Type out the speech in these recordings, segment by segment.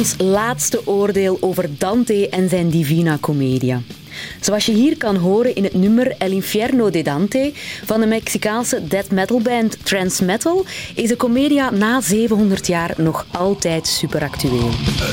ons laatste oordeel over Dante en zijn Divina Commedia. Zoals je hier kan horen in het nummer El Infierno de Dante van de Mexicaanse death metal band Transmetal, is de Commedia na 700 jaar nog altijd superactueel.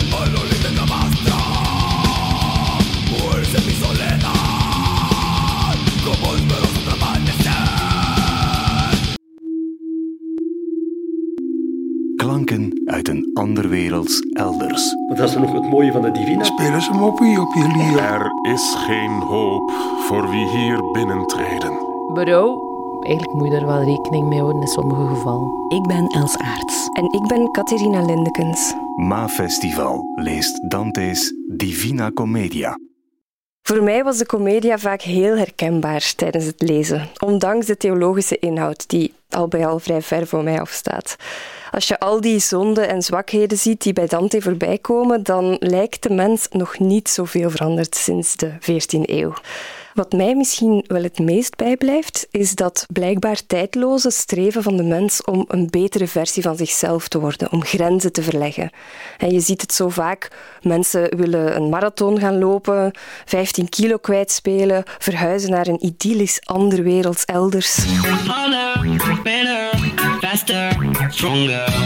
Klanken uit een ander werelds elders. Maar dat is nog het mooie van de Divina. Spelen ze moppie op je lier. Er is geen hoop voor wie hier binnentreden. Bro, eigenlijk moet je daar wel rekening mee houden in sommige gevallen. Ik ben Els Aerts. En ik ben Catharina Lindekens. MAFestival leest Dante's Divina Commedia. Voor mij was de Commedia vaak heel herkenbaar tijdens het lezen, ondanks de theologische inhoud die al bij al vrij ver voor mij afstaat. Als je al die zonden en zwakheden ziet die bij Dante voorbij komen, dan lijkt de mens nog niet zoveel veranderd sinds de 14e eeuw. Wat mij misschien wel het meest bijblijft, is dat blijkbaar tijdloze streven van de mens om een betere versie van zichzelf te worden, om grenzen te verleggen. En je ziet het zo vaak, mensen willen een marathon gaan lopen, 15 kilo kwijtspelen, verhuizen naar een idyllisch ander werelds elders. Harder, better, faster, stronger.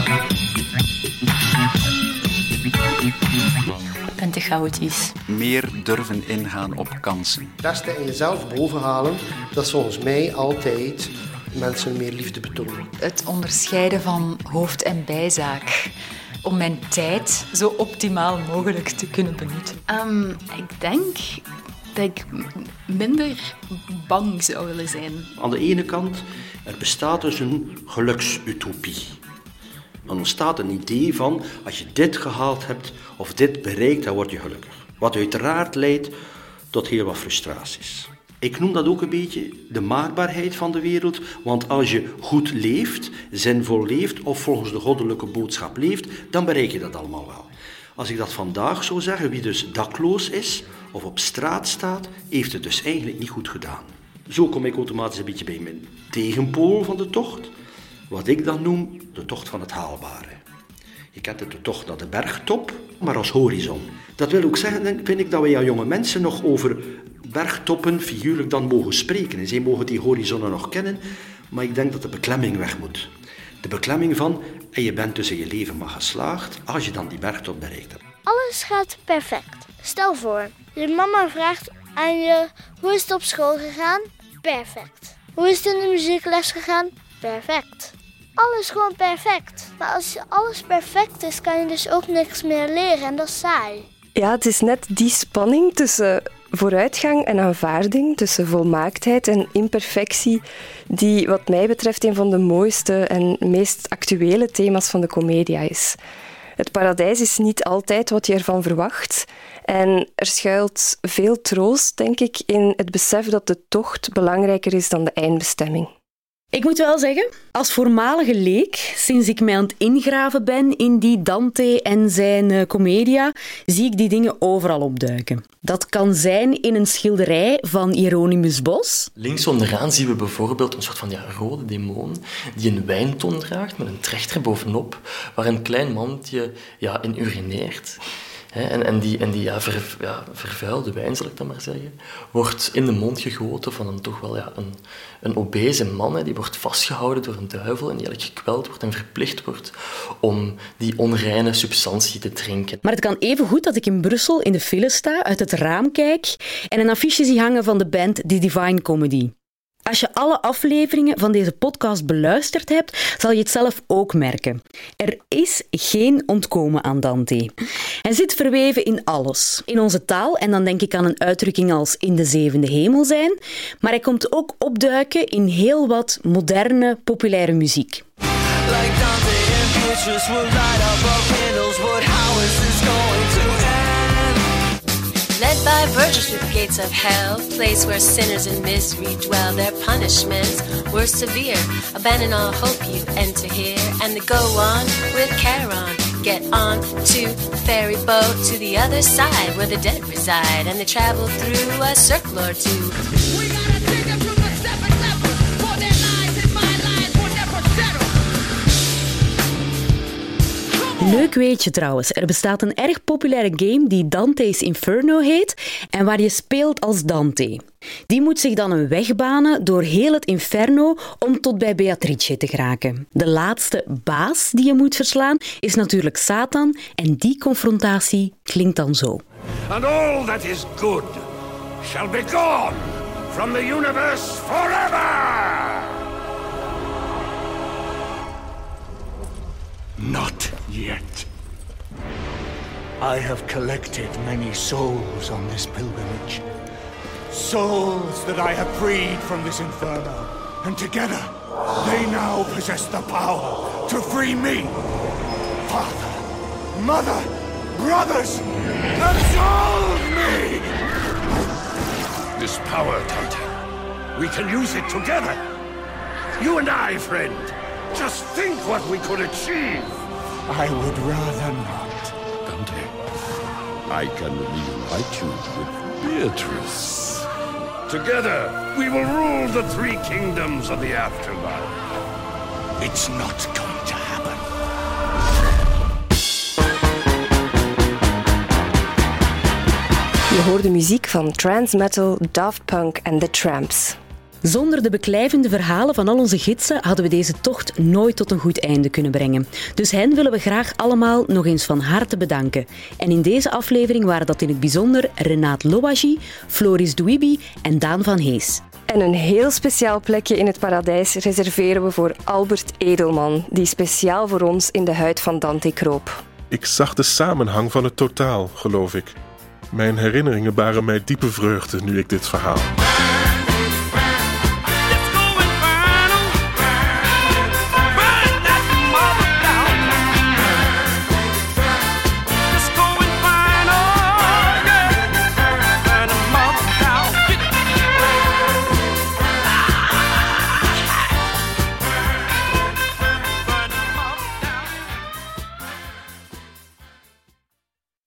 En te chaotisch. Meer durven ingaan op kansen. Het beste in jezelf bovenhalen, dat is volgens mij altijd mensen meer liefde betonen. Het onderscheiden van hoofd- en bijzaak. Om mijn tijd zo optimaal mogelijk te kunnen benutten. Ik denk dat ik minder bang zou willen zijn. Aan de ene kant, er bestaat dus een geluksutopie. Dan ontstaat een idee van, als je dit gehaald hebt of dit bereikt, dan word je gelukkig. Wat uiteraard leidt tot heel wat frustraties. Ik noem dat ook een beetje de maakbaarheid van de wereld, want als je goed leeft, zinvol leeft of volgens de goddelijke boodschap leeft, dan bereik je dat allemaal wel. Als ik dat vandaag zou zeggen, wie dus dakloos is of op straat staat, heeft het dus eigenlijk niet goed gedaan. Zo kom ik automatisch een beetje bij mijn tegenpool van de tocht. Wat ik dan noem de tocht van het haalbare. Je kent het de tocht naar de bergtop, maar als horizon. Dat wil ook zeggen, vind ik, dat we aan jonge mensen nog over bergtoppen figuurlijk dan mogen spreken. En zij mogen die horizonnen nog kennen, maar ik denk dat de beklemming weg moet. De beklemming van, en je bent dus in je leven maar geslaagd, als je dan die bergtop bereikt hebt. Alles gaat perfect. Stel voor, je mama vraagt aan je, hoe is het op school gegaan? Perfect. Hoe is het in de muziekles gegaan? Perfect. Alles gewoon perfect. Maar als alles perfect is, kan je dus ook niks meer leren en dat is saai. Ja, het is net die spanning tussen vooruitgang en aanvaarding, tussen volmaaktheid en imperfectie, die wat mij betreft een van de mooiste en meest actuele thema's van de Commedia is. Het paradijs is niet altijd wat je ervan verwacht. En er schuilt veel troost, denk ik, in het besef dat de tocht belangrijker is dan de eindbestemming. Ik moet wel zeggen, als voormalige leek, sinds ik mij aan het ingraven ben in die Dante en zijn Commedia, zie ik die dingen overal opduiken. Dat kan zijn in een schilderij van Hieronymus Bosch. Links onderaan zien we bijvoorbeeld een soort van rode demon die een wijnton draagt met een trechter bovenop, waar een klein mannetje in urineert. En die vervuilde wijn, zal ik dan maar zeggen, wordt in de mond gegoten van een toch wel een obese man. Die wordt vastgehouden door een duivel en die eigenlijk gekweld wordt en verplicht wordt om die onreine substantie te drinken. Maar het kan even goed dat ik in Brussel in de file sta, uit het raam kijk en een affiche zie hangen van de band The Divine Comedy. Als je alle afleveringen van deze podcast beluisterd hebt, zal je het zelf ook merken. Er is geen ontkomen aan Dante. Hij zit verweven in alles. In onze taal, en dan denk ik aan een uitdrukking als in de zevende hemel zijn, maar hij komt ook opduiken in heel wat moderne, populaire muziek. Like Dante and Beatrice will light up our candles, but how is this going to end? Led by virtues through the gates of hell, place where sinners in misery dwell. Their punishments were severe. Abandon all hope you enter here, and they go on with Charon. Get on to ferry boat to the other side where the dead reside, and they travel through a circle or two. We gotta take them to the seventh level, for their lives and my lives will never settle. Leuk weetje trouwens, er bestaat een erg populaire game die Dante's Inferno heet en waar je speelt als Dante. Die moet zich dan een weg banen door heel het Inferno om tot bij Beatrice te geraken. De laatste baas die je moet verslaan is natuurlijk Satan en die confrontatie klinkt dan zo. And all that is good shall be gone from the universe forever! Not yet. I have collected many souls on this pilgrimage. Souls that I have freed from this inferno. And together, they now possess the power to free me. Father, mother, brothers, absolve me! This power, Dante, we can use it together. You and I, friend. Just think what we could achieve. I would rather not. Dante, I can reunite you with Beatrice. Together, we will rule the three kingdoms of the afterlife. It's not going to happen. Je hoorde muziek van trance metal, Daft Punk en The Tramps. Zonder de beklijvende verhalen van al onze gidsen hadden we deze tocht nooit tot een goed einde kunnen brengen. Dus hen willen we graag allemaal nog eens van harte bedanken. En in deze aflevering waren dat in het bijzonder Renate Louwagie, Floris Douibi en Daan van Hees. En een heel speciaal plekje in het paradijs reserveren we voor Albert Edelman, die speciaal voor ons in de huid van Dante kroop. Ik zag de samenhang van het totaal, geloof ik. Mijn herinneringen baren mij diepe vreugde nu ik dit verhaal.